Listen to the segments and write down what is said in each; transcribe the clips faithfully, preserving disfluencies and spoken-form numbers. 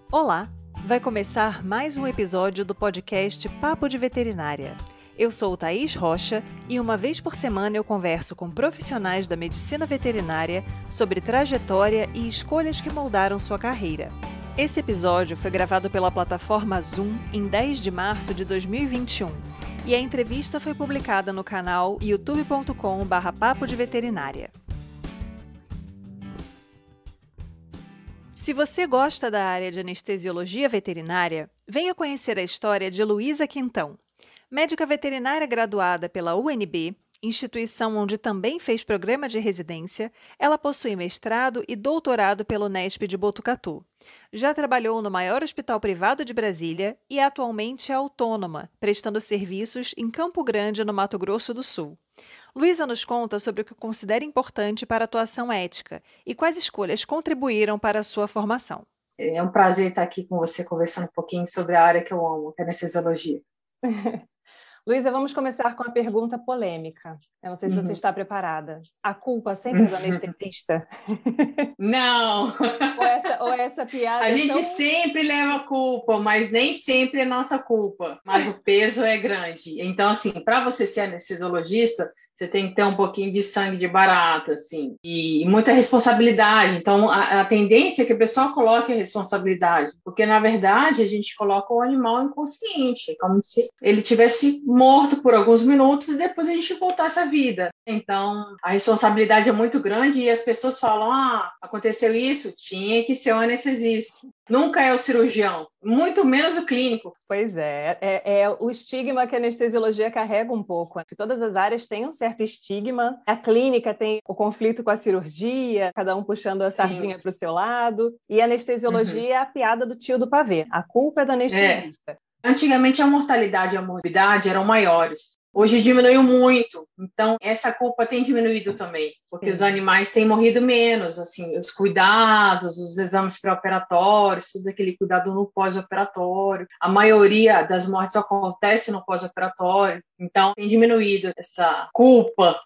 Olá! Vai começar mais um episódio do podcast Papo de Veterinária. Eu sou Thaís Rocha e uma vez por semana eu converso com profissionais da medicina veterinária sobre trajetória e escolhas que moldaram sua carreira. Esse episódio foi gravado pela plataforma Zoom em dez de março de dois mil e vinte e um e a entrevista foi publicada no canal youtube ponto com barra papo de veterinária. Se você gosta da área de anestesiologia veterinária, venha conhecer a história de Luísa Quintão. Médica veterinária graduada pela U N B, instituição onde também fez programa de residência, ela possui mestrado e doutorado pelo Unesp de Botucatu. Já trabalhou no maior hospital privado de Brasília e atualmente é autônoma, prestando serviços em Campo Grande, no Mato Grosso do Sul. Luísa nos conta sobre o que considera importante para a atuação ética e quais escolhas contribuíram para a sua formação. É um prazer estar aqui com você conversando um pouquinho sobre a área que eu amo, que é a anestesiologia. Luísa, vamos começar com a pergunta polêmica. Eu não sei se uhum. você está preparada. A culpa sempre é do anestesista? Não! Ou essa, ou essa piada A é gente tão... sempre leva culpa, mas nem sempre é nossa culpa. Mas o peso é grande. Então, assim, para você ser anestesiologista, você tem que ter um pouquinho de sangue de barata, assim, e muita responsabilidade. Então, a, a tendência é que a pessoa coloque a responsabilidade, porque, na verdade, a gente coloca o animal inconsciente, como se ele tivesse morto por alguns minutos e depois a gente voltasse à vida. Então, a responsabilidade é muito grande e as pessoas falam, ah, aconteceu isso, tinha que ser o anestesista. Nunca é o cirurgião, muito menos o clínico. Pois é, é, é o estigma que a anestesiologia carrega um pouco. Que todas as áreas têm um certo estigma. A clínica tem o conflito com a cirurgia, cada um puxando a sardinha para o seu lado. E a anestesiologia uhum. é a piada do tio do pavê. A culpa é do anestesista. É. Antigamente a mortalidade e a morbidade eram maiores. Hoje diminuiu muito, então essa culpa tem diminuído também, porque Sim. os animais têm morrido menos, assim, os cuidados, os exames pré-operatórios, tudo aquele cuidado no pós-operatório. A maioria das mortes acontece no pós-operatório, então tem diminuído essa culpa.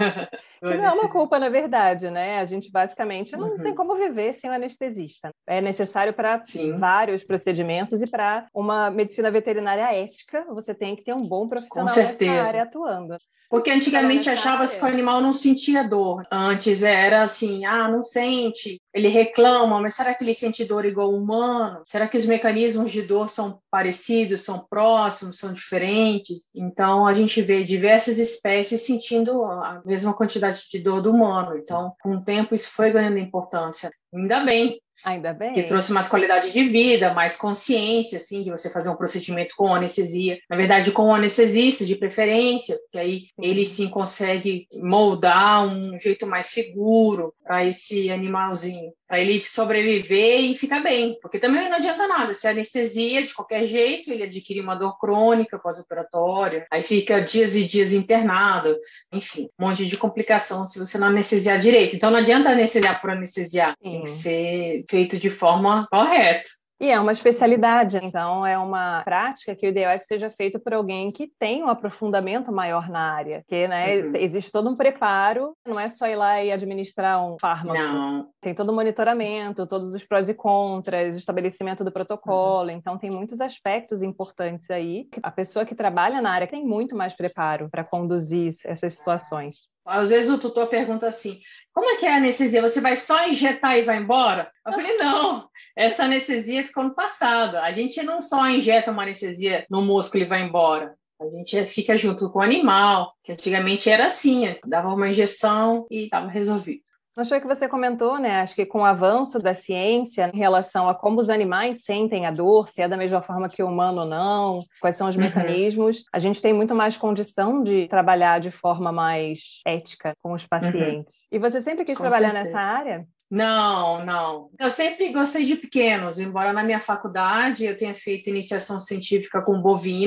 Que não é uma culpa, na verdade, né? A gente basicamente não uhum. tem como viver sem um anestesista. É necessário para vários procedimentos e para uma medicina veterinária ética, você tem que ter um bom profissional nessa área atuando. Porque antigamente achava-se que o animal não sentia dor. Antes era assim, ah, não sente, ele reclama, mas será que ele sente dor igual ao humano? Será que os mecanismos de dor são parecidos, são próximos, são diferentes? Então, a gente vê diversas espécies sentindo a mesma quantidade de dor do humano. Então, com o tempo, isso foi ganhando importância. Ainda bem. Ainda bem. Que trouxe mais qualidade de vida, mais consciência, assim, de você fazer um procedimento com anestesia. Na verdade, com o anestesista, de preferência, porque aí sim. ele sim consegue moldar um jeito mais seguro para esse animalzinho, para ele sobreviver e ficar bem. Porque também não adianta nada, se anestesia de qualquer jeito, ele adquire uma dor crônica pós-operatória, aí fica dias e dias internado, enfim, um monte de complicação se você não anestesiar direito. Então não adianta anestesiar por anestesiar, sim. tem que ser feito de forma correta. E é uma especialidade, então é uma prática que o ideal é que seja feito por alguém que tem um aprofundamento maior na área, porque né, uhum. existe todo um preparo, não é só ir lá e administrar um fármaco. Não. Tem todo o monitoramento, todos os prós e contras, estabelecimento do protocolo, uhum. então tem muitos aspectos importantes aí. A pessoa que trabalha na área tem muito mais preparo para conduzir essas situações. Às vezes o tutor pergunta assim, como é que é a anestesia? Você vai só injetar e vai embora? Eu falei, não, essa anestesia ficou no passado. A gente não só injeta uma anestesia no músculo e vai embora. A gente fica junto com o animal, que antigamente era assim, dava uma injeção e estava resolvido. Mas foi o que você comentou, né? Acho que com o avanço da ciência em relação a como os animais sentem a dor, se é da mesma forma que o humano ou não, quais são os uhum. mecanismos, a gente tem muito mais condição de trabalhar de forma mais ética com os pacientes. Uhum. E você sempre quis com trabalhar certeza. Nessa área? Não, não. Eu sempre gostei de pequenos, embora na minha faculdade eu tenha feito iniciação científica com bovinos,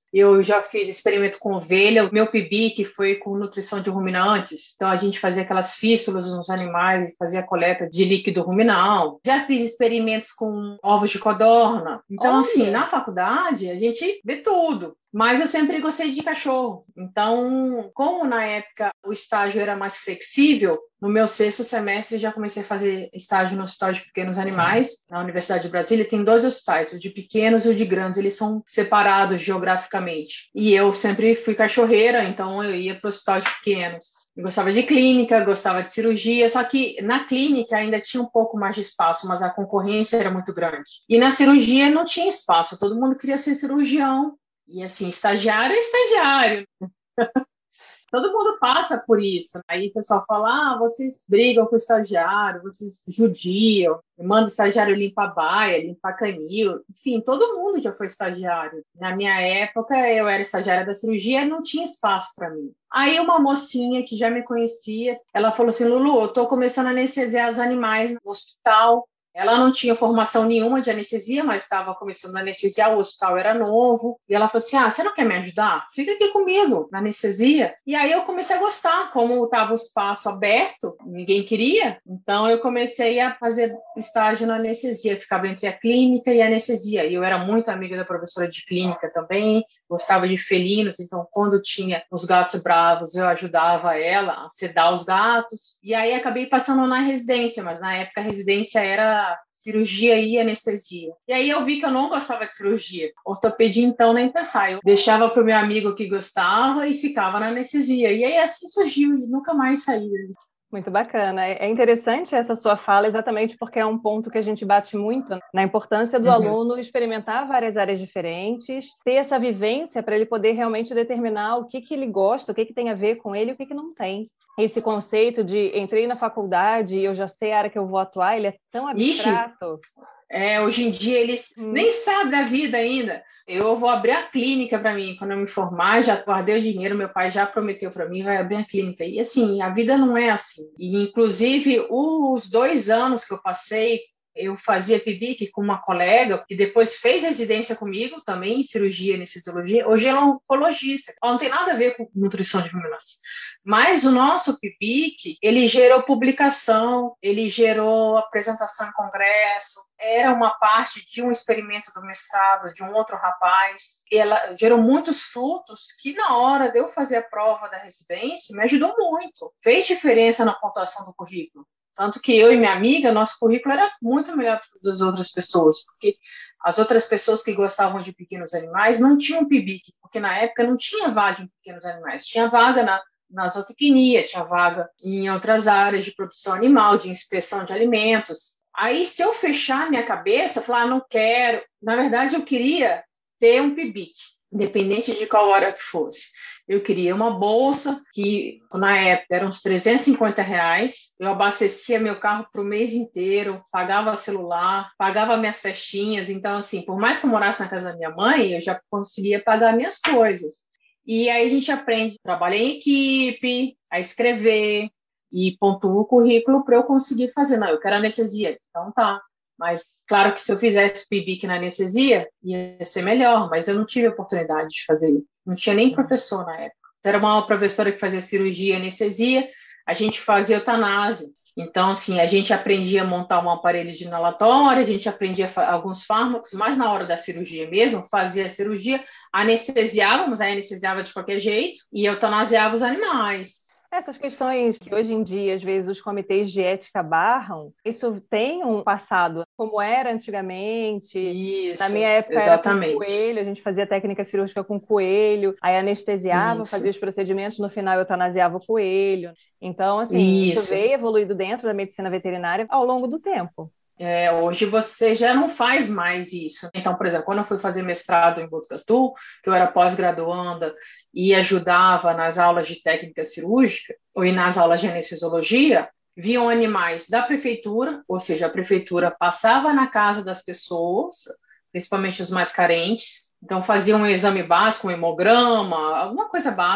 Eu já fiz experimento com ovelha. O meu P I B I C foi com nutrição de ruminantes. Então, a gente fazia aquelas fístulas nos animais e fazia a coleta de líquido ruminal. Já fiz experimentos com ovos de codorna. Então, Olha! assim, na faculdade, a gente vê tudo. Mas eu sempre gostei de cachorro. Então, como na época o estágio era mais flexível, no meu sexto semestre já comecei a fazer estágio no Hospital de Pequenos Animais, na Universidade de Brasília. Tem dois hospitais, o de pequenos e o de grandes. Eles são separados geograficamente. E eu sempre fui cachorreira, então eu ia para o Hospital de Pequenos. Eu gostava de clínica, gostava de cirurgia, só que na clínica ainda tinha um pouco mais de espaço, mas a concorrência era muito grande. E na cirurgia não tinha espaço, todo mundo queria ser cirurgião. E assim, estagiário é estagiário. Todo mundo passa por isso. Aí o pessoal fala, ah, vocês brigam com o estagiário, vocês judiam, manda o estagiário limpar a baia, limpar canil. Enfim, todo mundo já foi estagiário. Na minha época, eu era estagiária da cirurgia e não tinha espaço para mim. Aí uma mocinha que já me conhecia, ela falou assim, Lulu, eu tô começando a anestesiar os animais no hospital. Ela não tinha formação nenhuma de anestesia, mas estava começando a anestesiar, o hospital era novo. E ela falou assim, ah, você não quer me ajudar? Fica aqui comigo na anestesia. E aí eu comecei a gostar, como estava o espaço aberto, ninguém queria. Então eu comecei a fazer estágio na anestesia, ficava entre a clínica e a anestesia. E eu era muito amiga da professora de clínica também, gostava de felinos, então quando tinha os gatos bravos, eu ajudava ela a sedar os gatos. E aí acabei passando na residência, mas na época a residência era cirurgia e anestesia. E aí eu vi que eu não gostava de cirurgia. Ortopedia, então, nem pensar. Eu deixava para o meu amigo que gostava e ficava na anestesia. E aí assim surgiu e nunca mais saí. Muito bacana. É interessante essa sua fala, exatamente porque é um ponto que a gente bate muito na importância do uhum. aluno experimentar várias áreas diferentes, ter essa vivência para ele poder realmente determinar o que, que ele gosta, o que, que tem a ver com ele e o que, que não tem. Esse conceito de entrei na faculdade e eu já sei a área que eu vou atuar, ele é tão abstrato. Ixi. É, hoje em dia eles hum. nem sabem da vida ainda. Eu vou abrir a clínica para mim, quando eu me formar, já guardei o dinheiro, meu pai já prometeu para mim, vai abrir a clínica. E assim, a vida não é assim. E inclusive, os dois anos que eu passei, eu fazia P I B I C com uma colega que depois fez residência comigo, também em cirurgia e anestesiologia. Hoje ela é oncologista. Ela não tem nada a ver com nutrição de ruminantes. Mas o nosso P I B I C, ele gerou publicação, ele gerou apresentação em congresso, era uma parte de um experimento do mestrado de um outro rapaz. Ela gerou muitos frutos que na hora de eu fazer a prova da residência me ajudou muito. Fez diferença na pontuação do currículo. Tanto que eu e minha amiga, nosso currículo era muito melhor do que das outras pessoas, porque as outras pessoas que gostavam de pequenos animais não tinham P I B I C, porque na época não tinha vaga em pequenos animais, tinha vaga na, na zootecnia, tinha vaga em outras áreas de produção animal, de inspeção de alimentos. Aí, se eu fechar minha cabeça, falar, ah, não quero, na verdade eu queria ter um P I B I C, independente de qual hora que fosse. Eu queria uma bolsa que, na época, eram uns trezentos e cinquenta reais. Eu abastecia meu carro para o mês inteiro, pagava celular, pagava minhas festinhas. Então, assim, por mais que eu morasse na casa da minha mãe, eu já conseguia pagar minhas coisas. E aí a gente aprende a trabalhar em equipe, a escrever e pontua o currículo para eu conseguir fazer. Não, eu quero anestesia. Então, tá. Mas, claro que se eu fizesse P I B I C na anestesia, ia ser melhor, mas eu não tive oportunidade de fazer. Não tinha nem professor na época. Era uma professora que fazia cirurgia e anestesia, a gente fazia eutanásia. Então, assim, a gente aprendia a montar um aparelho de inalatório, a gente aprendia alguns fármacos, mas na hora da cirurgia mesmo, fazia a cirurgia, anestesiávamos, aí anestesiava de qualquer jeito, e eutanasiava os animais. Essas questões que hoje em dia, às vezes, os comitês de ética barram, isso tem um passado, como era antigamente. Isso, na minha época exatamente. Era com coelho, a gente fazia técnica cirúrgica com coelho, aí anestesiava, isso. fazia os procedimentos, no final eutanasiava o coelho. Então, assim, isso, isso veio evoluído dentro da medicina veterinária ao longo do tempo. É, hoje você já não faz mais isso. Então, por exemplo, quando eu fui fazer mestrado em Botucatu, que eu era pós-graduanda e ajudava nas aulas de técnica cirúrgica ou nas aulas de anestesiologia, viam animais da prefeitura, ou seja, a prefeitura passava na casa das pessoas, principalmente os mais carentes, então fazia um exame básico, um hemograma, alguma coisa básica,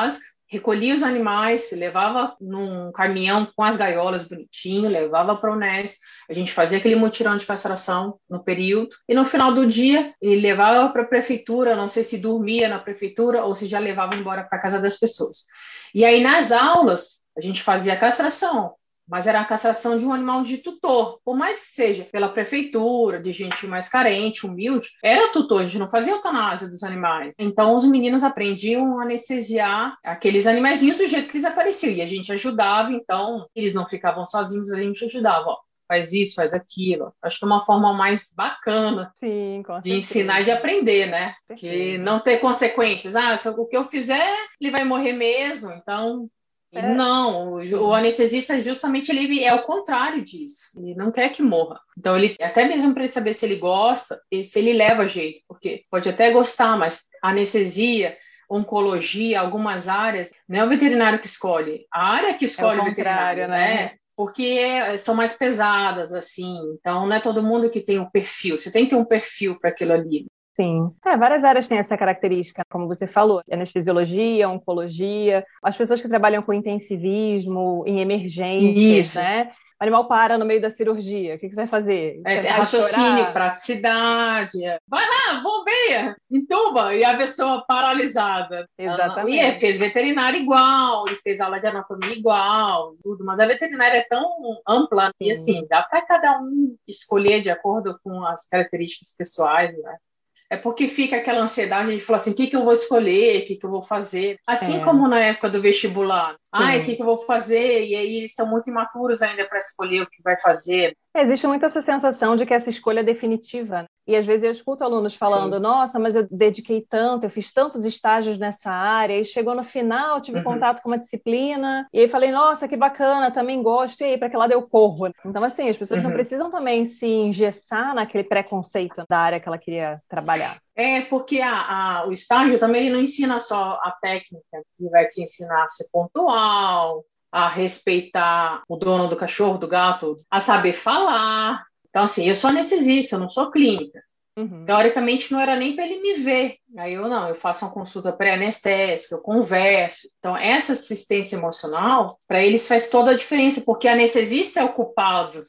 recolhia os animais, levava num caminhão com as gaiolas bonitinho, levava para a Unesp, a gente fazia aquele mutirão de castração no período, e no final do dia ele levava para a prefeitura, não sei se dormia na prefeitura ou se já levava embora para a casa das pessoas. E aí nas aulas a gente fazia a castração, mas era a castração de um animal de tutor, por mais que seja pela prefeitura, de gente mais carente, humilde, era tutor, a gente não fazia eutanásia dos animais. Então os meninos aprendiam a anestesiar aqueles animaizinhos do jeito que eles apareciam, e a gente ajudava, então eles não ficavam sozinhos, a gente ajudava, ó, faz isso, faz aquilo. Acho que é uma forma mais bacana Sim, com de certeza. ensinar e de aprender, né? Que não ter consequências. Ah, se o que eu fizer, ele vai morrer mesmo, então... E É. não, o, o anestesista justamente ele é o contrário disso. Ele não quer que morra. Então ele até mesmo para ele saber se ele gosta e se ele leva jeito, porque pode até gostar, mas anestesia, oncologia, algumas áreas, não é o veterinário que escolhe, a área que escolhe É o o veterinário, contrário, né? né? Porque são mais pesadas assim. Então não é todo mundo que tem o perfil. Você tem que ter um perfil para aquilo ali. Sim. É, várias áreas têm essa característica, como você falou, anestesiologia, oncologia, as pessoas que trabalham com intensivismo, em emergências, Isso. né? O animal para no meio da cirurgia, o que que você vai fazer? É, Você é vai raciocínio, chorar? praticidade. é, Vai lá, bombeia, entuba, e a pessoa paralisada. Ela não- E é, Exatamente. fez veterinária igual, e fez aula de anatomia igual, tudo, mas a veterinária é tão ampla e Sim. assim, dá para cada um escolher de acordo com as características pessoais, né? É porque fica aquela ansiedade de falar assim, o que que eu vou escolher, o que que eu vou fazer. Assim É, como na época do vestibular. Ai, o que sim. que eu vou fazer? E aí eles são muito imaturos ainda para escolher o que vai fazer. Existe muito essa sensação de que essa escolha é definitiva, né? E às vezes eu escuto alunos falando: Sim. nossa, mas eu dediquei tanto, eu fiz tantos estágios nessa área, e chegou no final, tive Uhum. contato com uma disciplina, e aí falei: nossa, que bacana, também gosto, e aí, para que lado eu corro? Então, assim, as pessoas não Uhum. precisam também se engessar naquele preconceito da área que ela queria trabalhar. É, porque a, a- o estágio também ele não ensina só a técnica, ele vai te ensinar a ser pontual, a respeitar o dono do cachorro, do gato, a saber falar. Então, assim, eu sou anestesista, eu não sou clínica. Uhum. Teoricamente, não era nem para ele me ver. Aí eu não, eu faço uma consulta pré-anestésica, eu converso. Então, essa assistência emocional, para eles faz toda a diferença, porque anestesista é o culpado.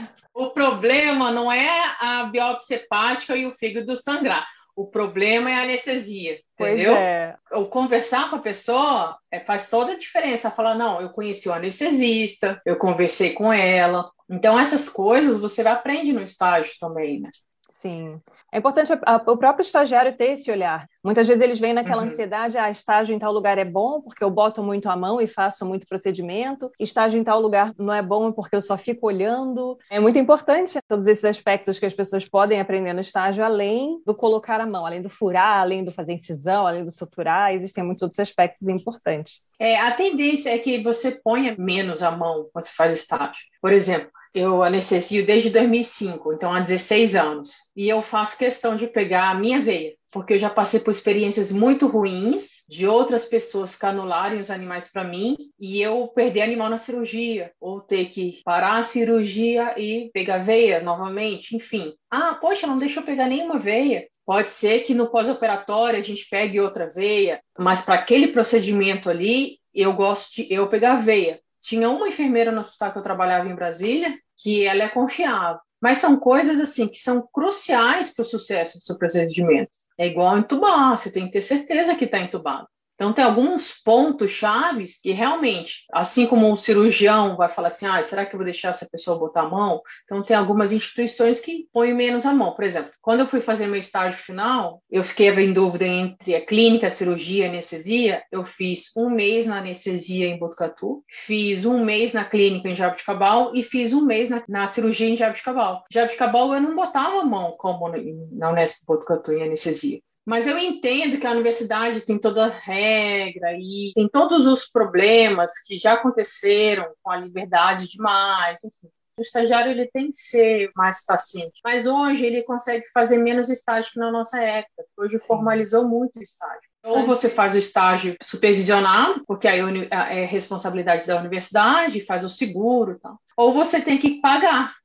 O problema não é a biópsia hepática e o fígado sangrar. O problema é a anestesia, Pois entendeu? é. O conversar com a pessoa é, faz toda a diferença. Falar, não, eu conheci o anestesista, eu conversei com ela. Então, essas coisas você aprende no estágio também, né? Sim. É importante a- a- o próprio estagiário ter esse olhar. Muitas vezes eles vêm naquela Uhum. ansiedade, ah, estágio em tal lugar é bom porque eu boto muito a mão e faço muito procedimento, estágio em tal lugar não é bom porque eu só fico olhando. É muito importante todos esses aspectos que as pessoas podem aprender no estágio, além do colocar a mão, além do furar, além do fazer incisão, além do suturar, existem muitos outros aspectos importantes. É, a tendência é que você ponha menos a mão quando você faz estágio. Por exemplo, eu anestesio desde dois mil e cinco, então há dezesseis anos. E eu faço questão de pegar a minha veia, porque eu já passei por experiências muito ruins de outras pessoas canularem os animais para mim e eu perder animal na cirurgia, ou ter que parar a cirurgia e pegar veia novamente, enfim. Ah, poxa, não deixa eu pegar nenhuma veia. Pode ser que no pós-operatório a gente pegue outra veia, mas para aquele procedimento ali, eu gosto de eu pegar veia. Tinha uma enfermeira no hospital que eu trabalhava em Brasília, que ela é confiável. Mas são coisas assim que são cruciais para o sucesso do seu procedimento. É igual entubar, você tem que ter certeza que está entubado. Então, tem alguns pontos chaves que realmente, assim como o cirurgião vai falar assim, ah, será que eu vou deixar essa pessoa botar a mão? Então, tem algumas instituições que põem menos a mão. Por exemplo, quando eu fui fazer meu estágio final, eu fiquei em dúvida entre a clínica, a cirurgia e a anestesia. Eu fiz um mês na anestesia em Botucatu, fiz um mês na clínica em Jaboticabal e fiz um mês na, na cirurgia em Jaboticabal. Jaboticabal eu não botava a mão como na Unesp Botucatu em anestesia. Mas eu entendo que a universidade tem toda a regra e tem todos os problemas que já aconteceram com a liberdade demais, enfim. O estagiário ele tem que ser mais paciente. Mas hoje ele consegue fazer menos estágio que na nossa época. Hoje Sim. formalizou muito o estágio. Ou você faz o estágio supervisionado, porque aí é responsabilidade da universidade, faz o seguro e tal. Ou você tem que pagar.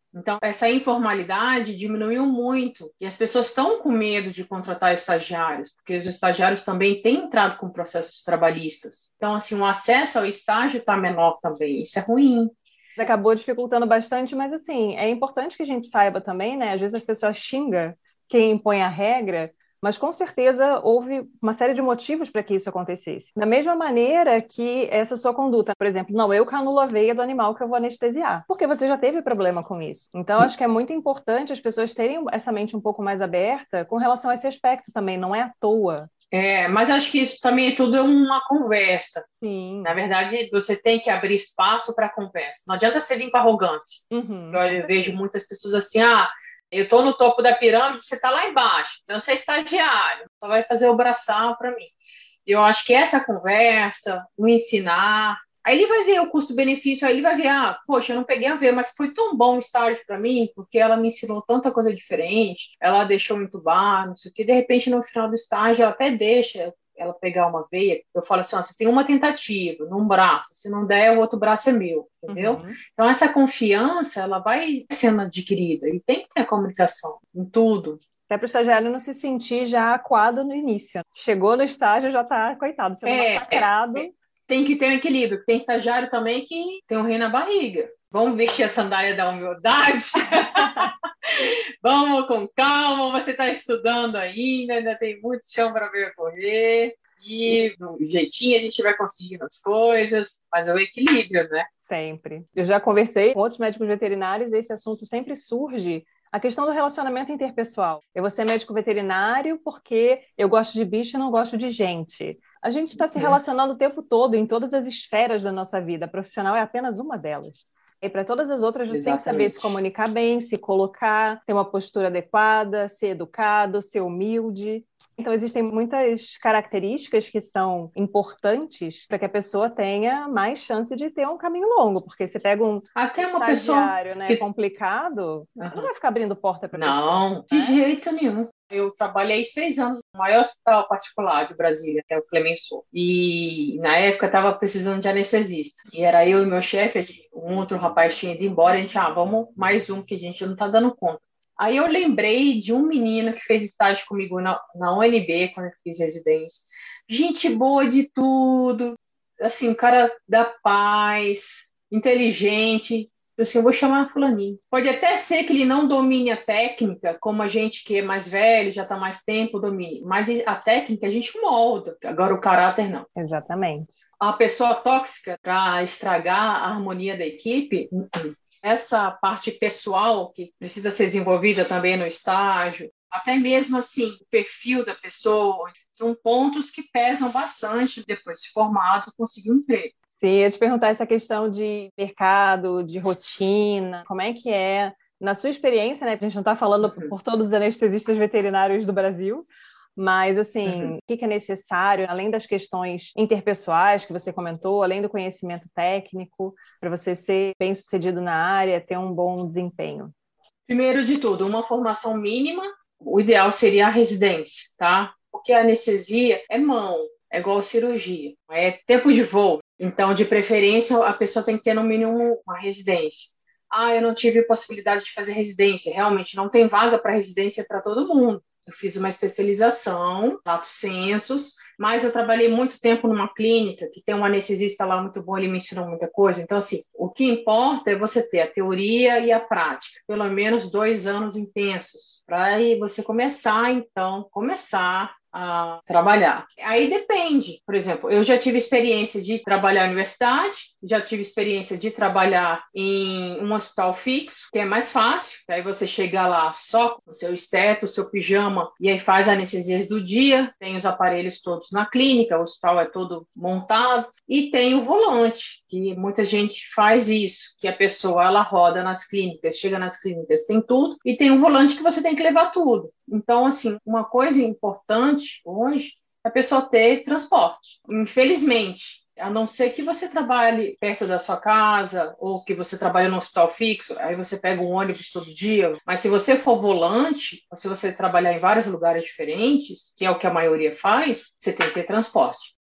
Então, essa informalidade diminuiu muito e as pessoas estão com medo de contratar estagiários, porque os estagiários também têm entrado com processos trabalhistas. Então, assim, o acesso ao estágio está menor também. Isso é ruim. Acabou dificultando bastante, mas assim, é importante que a gente saiba também, né? Às vezes as pessoas xingam quem impõe a regra, mas com certeza houve uma série de motivos para que isso acontecesse. Da mesma maneira que essa sua conduta, por exemplo, não, eu canulo a veia do animal que eu vou anestesiar, porque você já teve problema com isso. Então, acho que é muito importante as pessoas terem essa mente um pouco mais aberta com relação a esse aspecto também, não é à toa. É, mas acho que isso também é tudo uma conversa. Sim. Na verdade, você tem que abrir espaço para conversa. Não adianta você vir com arrogância. Uhum, eu eu vejo muitas pessoas assim, ah, eu estou no topo da pirâmide, você está lá embaixo, então você é estagiário, só vai fazer o braçal para mim. Eu acho que essa conversa, o ensinar, aí ele vai ver o custo-benefício, aí ele vai ver, ah, poxa, eu não peguei a ver, mas foi tão bom o estágio para mim, porque ela me ensinou tanta coisa diferente, ela deixou me entubar, não sei o que, de repente no final do estágio ela até deixa ela pegar uma veia, eu falo assim, ó, você tem uma tentativa num braço, se não der, o outro braço é meu, entendeu? uhum. Então essa confiança, ela vai sendo adquirida e tem que ter comunicação em tudo. Até para o estagiário não se sentir já acuado no início. Chegou no estágio, já está, coitado, sendo É, massacrado. é, tem que ter um equilíbrio. Tem estagiário também que tem um rei na barriga. Vamos vestir a sandália da humildade. Vamos com calma. Você está estudando ainda, ainda tem muito chão para percorrer. E do jeitinho a gente vai conseguindo as coisas, mas é o equilíbrio, né? Sempre. Eu já conversei com outros médicos veterinários e esse assunto sempre surge. A questão do relacionamento interpessoal. Eu vou ser médico veterinário porque eu gosto de bicho e não gosto de gente. A gente está se relacionando o tempo todo, em todas as esferas da nossa vida. A profissional é apenas uma delas. E para todas as outras, você Exatamente. tem que saber se comunicar bem, se colocar, ter uma postura adequada, ser educado, ser humilde. Então, existem muitas características que são importantes para que a pessoa tenha mais chance de ter um caminho longo, porque você pega um Até uma estagiário, pessoa né, que... complicado, Uhum. não vai ficar abrindo porta para pessoa. Não, de né? jeito nenhum. Eu trabalhei seis anos no maior hospital particular de Brasília, que é o Clemenceau. E na época estava precisando de anestesista. E era eu e meu chefe, um outro rapaz tinha ido embora, a gente, ah, vamos mais um, que a gente não está dando conta. Aí eu lembrei de um menino que fez estágio comigo na, na U N B, quando eu fiz residência. Gente boa de tudo, assim, um cara da paz, inteligente. Eu assim, eu vou chamar fulaninho. Pode até ser que ele não domine a técnica, como a gente que é mais velho, já está mais tempo, domine. Mas a técnica a gente molda. Agora o caráter não. Exatamente. A pessoa tóxica para estragar a harmonia da equipe, essa parte pessoal que precisa ser desenvolvida também no estágio, até mesmo assim, o perfil da pessoa, são pontos que pesam bastante depois de formado, conseguir um emprego. Sim, eu ia te perguntar essa questão de mercado, de rotina, como é que é, na sua experiência, né? A gente não está falando Uhum. por todos os anestesistas veterinários do Brasil, mas, assim, Uhum. o que é necessário, além das questões interpessoais que você comentou, além do conhecimento técnico, para você ser bem-sucedido na área, ter um bom desempenho? Primeiro de tudo, uma formação mínima, o ideal seria a residência, tá? Porque a anestesia é mão, é igual cirurgia, é tempo de voo. Então, de preferência, a pessoa tem que ter no mínimo uma residência. Ah, eu não tive possibilidade de fazer residência. Realmente, não tem vaga para residência para todo mundo. Eu fiz uma especialização, lato sensus, mas eu trabalhei muito tempo numa clínica que tem um anestesista lá muito bom, ele me ensinou muita coisa. Então, assim, o que importa é você ter a teoria e a prática, pelo menos dois anos intensos, para aí você começar, então, começar a trabalhar. Aí depende. Por exemplo, eu já tive experiência de trabalhar na universidade, já tive experiência de trabalhar em um hospital fixo, que é mais fácil. Aí você chega lá só com o seu esteto, o seu pijama, e aí faz anestesias do dia, tem os aparelhos todos na clínica, o hospital é todo montado, e tem o volante, que muita gente faz isso, que a pessoa ela roda nas clínicas, chega nas clínicas, tem tudo, e tem um volante que você tem que levar tudo. Então, assim, uma coisa importante hoje é a pessoa ter transporte. Infelizmente, a não ser que você trabalhe perto da sua casa ou que você trabalhe no hospital fixo, aí você pega um ônibus todo dia. Mas se você for volante, ou se você trabalhar em vários lugares diferentes, que é o que a maioria faz, você tem que ter transporte.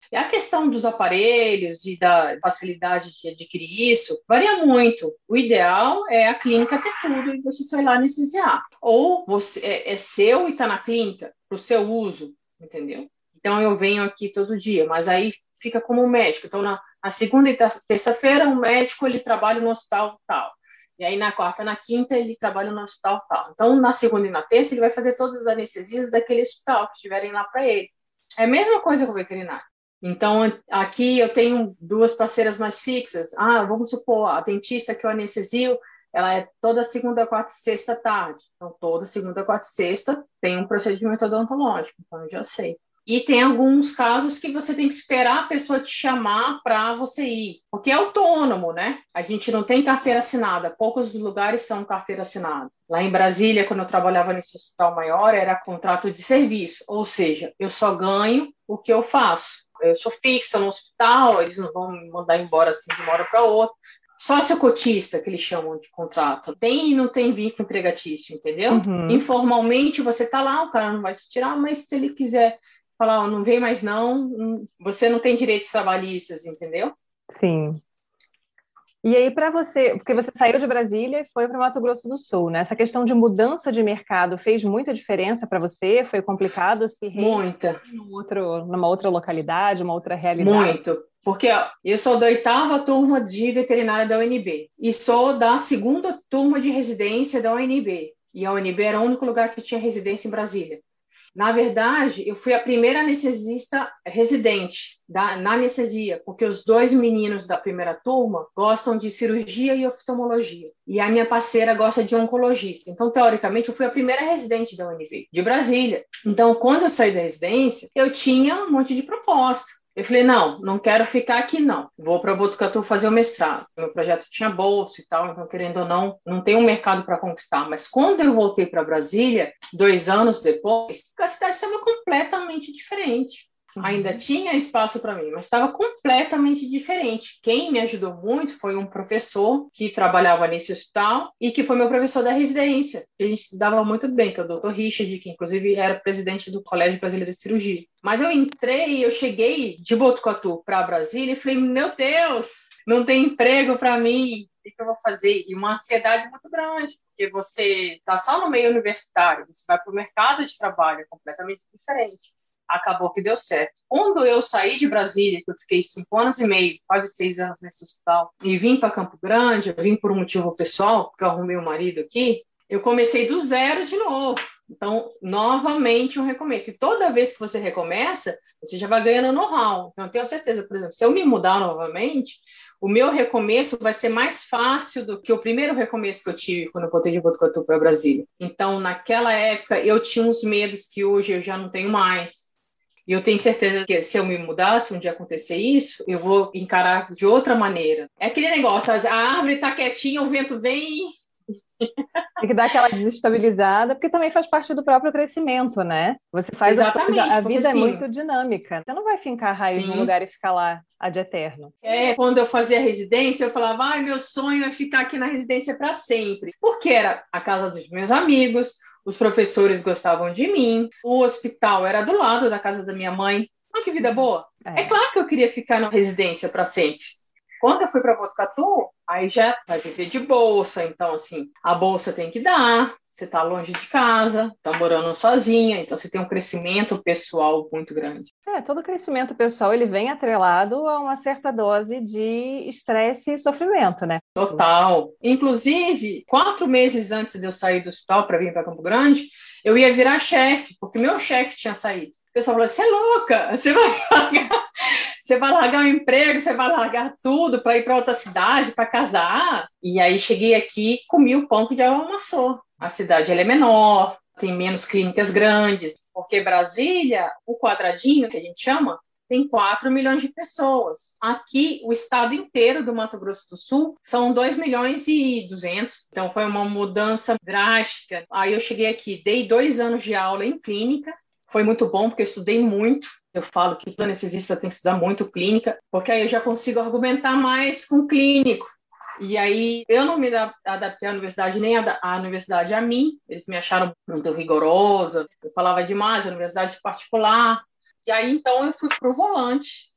E a questão dos aparelhos e da facilidade de adquirir isso varia muito. O ideal é a clínica ter tudo e você só ir lá anestesiar. Ou você é, é seu e está na clínica para o seu uso, entendeu? Então eu venho aqui todo dia, mas aí fica como médico. Então na, na segunda e terça-feira o médico ele trabalha no hospital tal. E aí na quarta, na quinta ele trabalha no hospital tal. Então na segunda e na terça ele vai fazer todas as anestesias daquele hospital que estiverem lá para ele. É a mesma coisa com o veterinário. Então, aqui eu tenho duas parceiras mais fixas. Ah, vamos supor, a dentista que eu anestesio, ela é toda segunda, quarta e sexta tarde. Então, toda segunda, quarta e sexta tem um procedimento odontológico. Então, eu já sei. E tem alguns casos que você tem que esperar a pessoa te chamar para você ir. Porque é autônomo, né? A gente não tem carteira assinada. Poucos lugares são carteira assinada. Lá em Brasília, quando eu trabalhava nesse hospital maior, era contrato de serviço. Ou seja, eu só ganho o que eu faço. Eu sou fixa no hospital, eles não vão me mandar embora assim de uma hora para outra. Sócio cotista, que eles chamam de contrato. Tem e não tem vínculo empregatício, entendeu? Uhum. Informalmente, você tá lá, o cara não vai te tirar, mas se ele quiser falar, oh, não vem mais não, você não tem direitos trabalhistas, entendeu? Sim. E aí, para você, porque você saiu de Brasília e foi para o Mato Grosso do Sul, né? Essa questão de mudança de mercado fez muita diferença para você? Foi complicado se Muita. Num outro, numa outra localidade, uma outra realidade? Muito. Porque ó, eu sou da oitava turma de veterinária da U N B e sou da segunda turma de residência da U N B. E a U N B era o único lugar que tinha residência em Brasília. Na verdade, eu fui a primeira anestesista residente da, na anestesia, porque os dois meninos da primeira turma gostam de cirurgia e oftalmologia. E a minha parceira gosta de oncologista. Então, teoricamente, eu fui a primeira residente da U N B, de Brasília. Então, quando eu saí da residência, eu tinha um monte de proposta. Eu falei, não, não quero ficar aqui, não. Vou para Botucatu fazer o mestrado. Meu projeto tinha bolsa e tal, então, querendo ou não, não tem um mercado para conquistar. Mas quando eu voltei para Brasília, dois anos depois, a cidade estava completamente diferente. Ainda tinha espaço para mim, mas estava completamente diferente. Quem me ajudou muito foi um professor que trabalhava nesse hospital e que foi meu professor da residência. A gente estudava muito bem, que é o doutor Richard, que inclusive era presidente do Colégio Brasileiro de Cirurgia. Mas eu entrei, eu cheguei de Botucatu para Brasília e falei, meu Deus, não tem emprego para mim. O que eu vou fazer? E uma ansiedade muito grande, porque você está só no meio universitário, você vai para o mercado de trabalho, é completamente diferente. Acabou que deu certo. Quando eu saí de Brasília, que eu fiquei cinco anos e meio, quase seis anos nesse hospital, e vim para Campo Grande, eu vim por um motivo pessoal, porque eu arrumei um marido aqui, eu comecei do zero de novo. Então, novamente, um recomeço. E toda vez que você recomeça, você já vai ganhando know-how. Então, eu tenho certeza, por exemplo, se eu me mudar novamente, o meu recomeço vai ser mais fácil do que o primeiro recomeço que eu tive quando eu voltei de Botucatu para Brasília. Então, naquela época, eu tinha uns medos que hoje eu já não tenho mais. E eu tenho certeza que se eu me mudar, se um dia acontecer isso, eu vou encarar de outra maneira. É aquele negócio, a árvore está quietinha, o vento vem. Tem que dar aquela desestabilizada, porque também faz parte do próprio crescimento, né? Você faz Exatamente, opções, a porque vida é assim, muito dinâmica. Você não vai fincar a raiz sim. num lugar e ficar lá ad eterno. É, quando eu fazia residência, eu falava, ai, meu sonho é ficar aqui na residência para sempre. Porque era a casa dos meus amigos, os professores gostavam de mim, o hospital era do lado da casa da minha mãe. Olha que vida boa. É, é claro que eu queria ficar na residência para sempre. Quando eu fui para Botucatu, aí já vai viver de bolsa, então assim, a bolsa tem que dar, você está longe de casa, está morando sozinha, então você tem um crescimento pessoal muito grande. É, todo crescimento pessoal, ele vem atrelado a uma certa dose de estresse e sofrimento, né? Total. Inclusive, quatro meses antes de eu sair do hospital para vir para Campo Grande, eu ia virar chefe, porque meu chefe tinha saído. O pessoal falou, você é louca, você vai largar, você vai largar o emprego, você vai largar tudo para ir para outra cidade, para casar. E aí cheguei aqui, comi o pão que já amassou. A cidade ela é menor, tem menos clínicas grandes, porque Brasília, o quadradinho que a gente chama, tem quatro milhões de pessoas. Aqui, o estado inteiro do Mato Grosso do Sul são dois milhões e duzentos. Então, foi uma mudança drástica. Aí eu cheguei aqui, dei dois anos de aula em clínica. Foi muito bom, porque eu estudei muito. Eu falo que todo anestesista tem que estudar muito clínica, porque aí eu já consigo argumentar mais com clínico. E aí, eu não me adaptei à universidade, nem a universidade a mim. Eles me acharam muito rigorosa. Eu falava demais, a universidade particular. E aí, então, eu fui para o volante.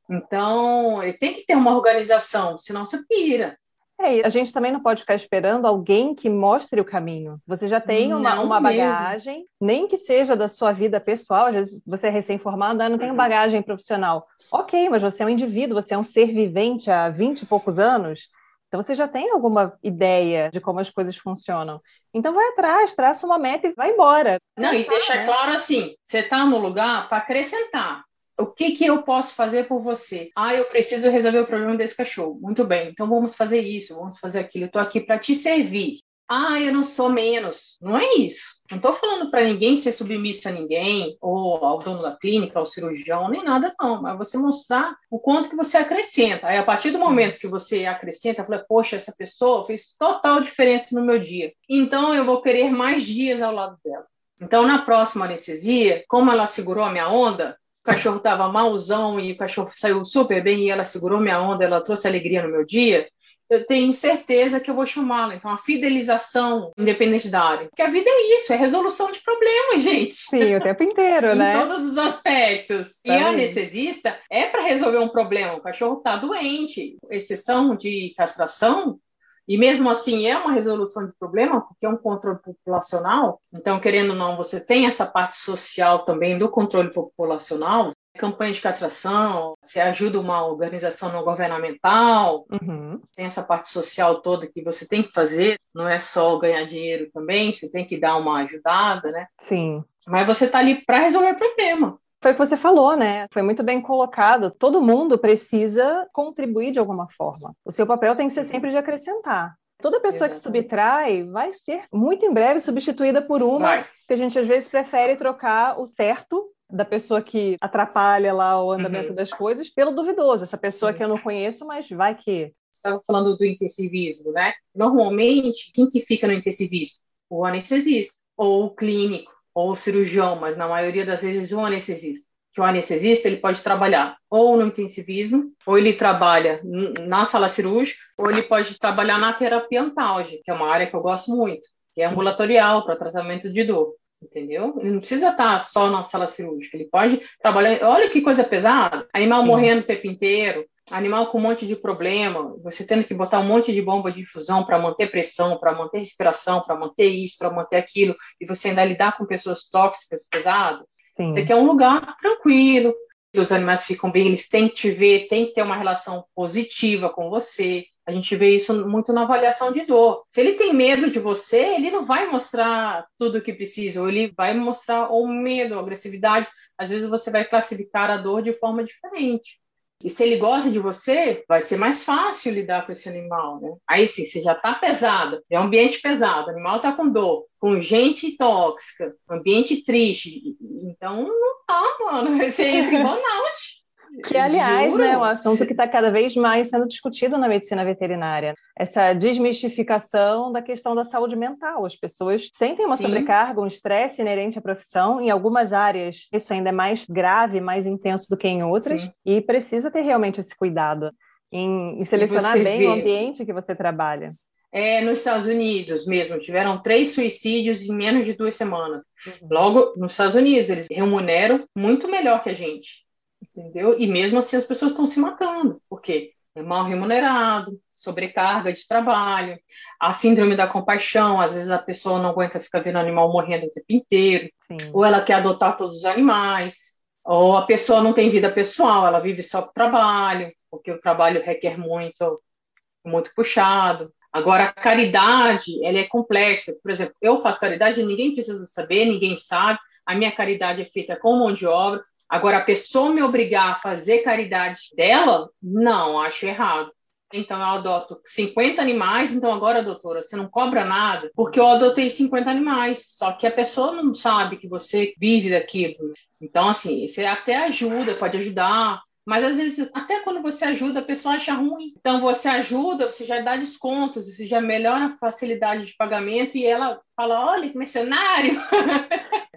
Então, tem que ter uma organização, senão você pira. É, e a gente também não pode ficar esperando alguém que mostre o caminho. Você já tem uma, Não uma mesmo. bagagem, nem que seja da sua vida pessoal, às vezes você é recém-formado, ah, não tenho bagagem profissional. Ok, mas você é um indivíduo, você é um ser vivente há vinte e poucos anos, então você já tem alguma ideia de como as coisas funcionam. Então vai atrás, traça uma meta e vai embora. Não, e Tentar, deixa né? claro assim, você está no lugar para acrescentar. O que que eu posso fazer por você? Ah, eu preciso resolver o problema desse cachorro. Muito bem, então vamos fazer isso, vamos fazer aquilo. Eu estou aqui para te servir. Ah, eu não sou menos. Não é isso. Não estou falando para ninguém ser submisso a ninguém, ou ao dono da clínica, ao cirurgião, nem nada, não. Mas você mostrar o quanto que você acrescenta. Aí, a partir do momento que você acrescenta, fala, poxa, essa pessoa fez total diferença no meu dia. Então, eu vou querer mais dias ao lado dela. Então, na próxima anestesia, como ela segurou a minha onda, o cachorro estava malzão e o cachorro saiu super bem e ela segurou minha onda, ela trouxe alegria no meu dia, eu tenho certeza que eu vou chamá-la. Então, a fidelização, independente da área. Porque a vida é isso, é resolução de problemas, gente. Sim, o tempo inteiro, Em né? todos os aspectos. E a Também. anestesista é para resolver um problema. O cachorro está doente. Exceção de castração, e mesmo assim é uma resolução de problema, porque é um controle populacional. Então, querendo ou não, você tem essa parte social também do controle populacional. Campanha de castração, você ajuda uma organização não governamental, Uhum. tem essa parte social toda que você tem que fazer, não é só ganhar dinheiro também, você tem que dar uma ajudada, né? Sim. Mas você está ali para resolver o problema. Foi o que você falou, né? Foi muito bem colocado. Todo mundo precisa contribuir de alguma forma. O seu papel tem que ser sempre de acrescentar. Toda pessoa que Exatamente. subtrai vai ser muito em breve substituída por uma Vai. que a gente às vezes prefere trocar o certo da pessoa que atrapalha lá o andamento Uhum. das coisas pelo duvidoso. Essa pessoa Sim. que eu não conheço, mas vai que. Você estava falando do intensivismo, né? Normalmente, quem que fica no intensivista? O anestesista, ou o clínico, ou o cirurgião, mas na maioria das vezes o anestesista. Que o anestesista ele pode trabalhar ou no intensivismo, ou ele trabalha na sala cirúrgica, ou ele pode trabalhar na terapia antálgica, que é uma área que eu gosto muito, que é ambulatorial para tratamento de dor. Entendeu? Ele não precisa estar só na sala cirúrgica, ele pode trabalhar. Olha que coisa pesada: animal Sim. morrendo o tempo inteiro, animal com um monte de problema, você tendo que botar um monte de bomba de infusão para manter pressão, para manter respiração, para manter isso, para manter aquilo, e você ainda lidar com pessoas tóxicas, pesadas. Você Sim. quer um lugar tranquilo, os animais ficam bem, eles têm que te ver, têm que ter uma relação positiva com você. A gente vê isso muito na avaliação de dor. Se ele tem medo de você, ele não vai mostrar tudo o que precisa, ou ele vai mostrar o medo, a agressividade. Às vezes você vai classificar a dor de forma diferente. E se ele gosta de você, vai ser mais fácil lidar com esse animal, né? Aí sim, você já tá pesado, é um ambiente pesado, o animal tá com dor, com gente tóxica, ambiente triste. Então não tá, mano. Você entra em burnout. Que, aliás, né, é um Juro. assunto que está cada vez mais sendo discutido na medicina veterinária. Essa desmistificação da questão da saúde mental. As pessoas sentem uma Sim. sobrecarga, um estresse inerente à profissão. Em algumas áreas, isso ainda é mais grave, mais intenso do que em outras. Sim. E precisa ter realmente esse cuidado em, em E selecionar você bem o vê, ambiente que você trabalha. é, nos Estados Unidos mesmo, tiveram três suicídios em menos de duas semanas. Uhum. Logo, nos Estados Unidos, eles remuneram muito melhor que a gente. Entendeu? E mesmo assim as pessoas estão se matando. Por quê? É mal remunerado, sobrecarga de trabalho, a síndrome da compaixão, às vezes a pessoa não aguenta ficar vendo o animal morrendo o tempo inteiro, Sim. ou ela quer adotar todos os animais, ou a pessoa não tem vida pessoal, ela vive só para o trabalho, porque o trabalho requer muito, muito puxado. Agora, a caridade, ela é complexa. Por exemplo, eu faço caridade e ninguém precisa saber, ninguém sabe. A minha caridade é feita com mão de obra. Agora, a pessoa me obrigar a fazer caridade dela, não, acho errado. Então, eu adoto cinquenta animais, então agora, doutora, você não cobra nada, porque eu adotei cinquenta animais, só que a pessoa não sabe que você vive daquilo. Então, assim, você até ajuda, pode ajudar, mas às vezes, até quando você ajuda, a pessoa acha ruim. Então, você ajuda, você já dá descontos, você já melhora a facilidade de pagamento e ela fala: olha, que mercenário!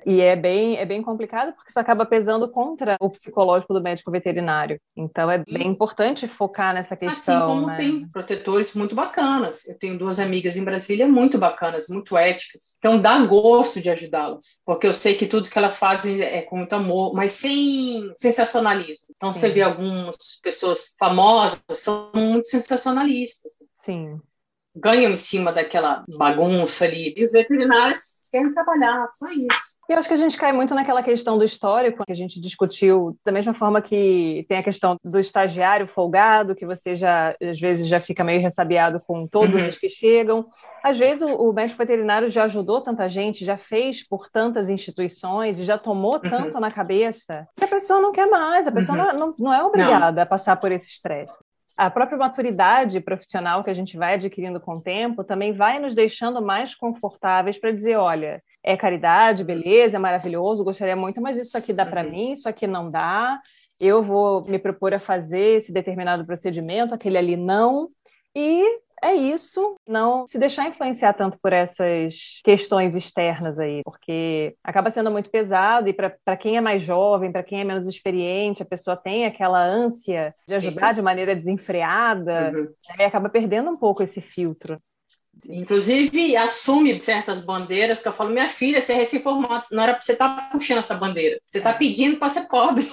E é bem, é bem complicado porque isso acaba pesando contra o psicológico do médico veterinário. Então é bem importante focar nessa questão. Assim como né? tem protetores muito bacanas. Eu tenho duas amigas em Brasília muito bacanas, muito éticas. Então dá gosto de ajudá-las. Porque eu sei que tudo que elas fazem é com muito amor, mas sem sensacionalismo. Então Sim. você vê algumas pessoas famosas, são muito sensacionalistas. Sim. Ganham em cima daquela bagunça ali. E os veterinários querem trabalhar, só isso. Eu acho que a gente cai muito naquela questão do histórico que a gente discutiu, da mesma forma que tem a questão do estagiário folgado, que você já, às vezes, já fica meio ressabiado com todos uhum. os que chegam. Às vezes, o, o médico veterinário já ajudou tanta gente, já fez por tantas instituições e já tomou uhum. tanto na cabeça que a pessoa não quer mais, a pessoa uhum. não, não é obrigada não. a passar por esse estresse. A própria maturidade profissional que a gente vai adquirindo com o tempo também vai nos deixando mais confortáveis para dizer, olha, é caridade, beleza, é maravilhoso, gostaria muito, mas isso aqui dá para mim, isso aqui não dá, eu vou me propor a fazer esse determinado procedimento, aquele ali não, e é isso, não se deixar influenciar tanto por essas questões externas aí, porque acaba sendo muito pesado e para quem é mais jovem, para quem é menos experiente, a pessoa tem aquela ânsia de ajudar de maneira desenfreada uhum. e acaba perdendo um pouco esse filtro. Inclusive, assume certas bandeiras que eu falo, minha filha, você é recém-formada, não era para você estar puxando essa bandeira, você está pedindo para ser pobre.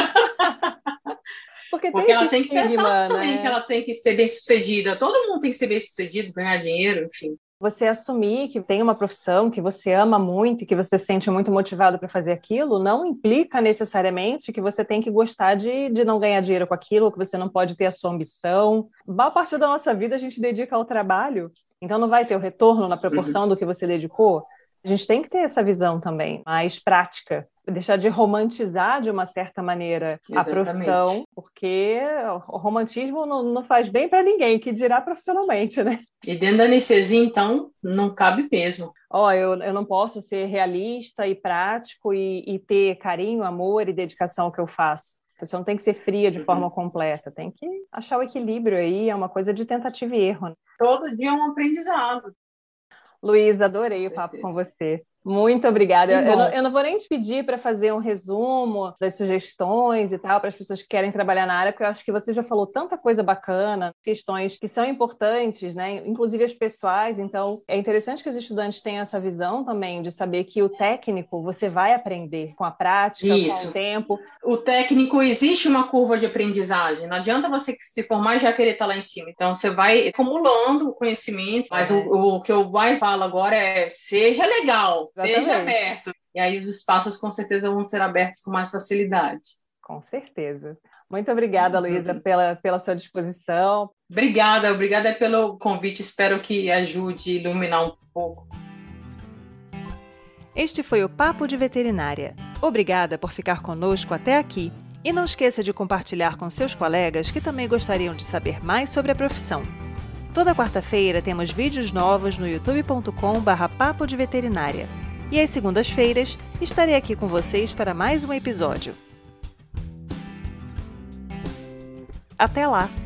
Porque, Porque tem ela tem que estigma, pensar né? também que ela tem que ser bem-sucedida. Todo mundo tem que ser bem-sucedido, ganhar dinheiro, enfim. Você assumir que tem uma profissão que você ama muito e que você se sente muito motivado para fazer aquilo, não implica necessariamente que você tem que gostar de, de não ganhar dinheiro com aquilo, que você não pode ter a sua ambição. Boa parte da nossa vida a gente dedica ao trabalho, então não vai ter o retorno na proporção uhum. do que você dedicou. A gente tem que ter essa visão também, mais prática. Deixar de romantizar, de uma certa maneira, Exatamente. a profissão, porque o romantismo não, não faz bem para ninguém, que dirá profissionalmente, né? E dentro da anestesia, então, não cabe mesmo. Ó, oh, eu, eu não posso ser realista e prático e, e ter carinho, amor e dedicação ao que eu faço. A pessoa não tem que ser fria de uhum. forma completa, tem que achar o equilíbrio aí, é uma coisa de tentativa e erro. Né? Todo dia é um aprendizado. Luísa, adorei o papo com você. Muito obrigada. Eu não, eu não vou nem te pedir para fazer um resumo das sugestões e tal, para as pessoas que querem trabalhar na área, porque eu acho que você já falou tanta coisa bacana, questões que são importantes, né? Inclusive as pessoais. Então, é interessante que os estudantes tenham essa visão também de saber que o técnico você vai aprender com a prática, Isso. com o tempo. O técnico, existe uma curva de aprendizagem. Não adianta você se formar e já querer estar lá em cima. Então, você vai acumulando o conhecimento. Mas é. o, o que eu mais falo agora é seja legal. Exatamente. Seja aberto. E aí os espaços com certeza vão ser abertos com mais facilidade. Com certeza. Muito obrigada, Luísa, uhum. pela, pela sua disposição. Obrigada, obrigada pelo convite. Espero que ajude a iluminar um pouco. Este foi o Papo de Veterinária. Obrigada por ficar conosco até aqui. E não esqueça de compartilhar com seus colegas que também gostariam de saber mais sobre a profissão. Toda quarta-feira temos vídeos novos no youtube ponto com barra papo de veterinária. E às segundas-feiras estarei aqui com vocês para mais um episódio. Até lá!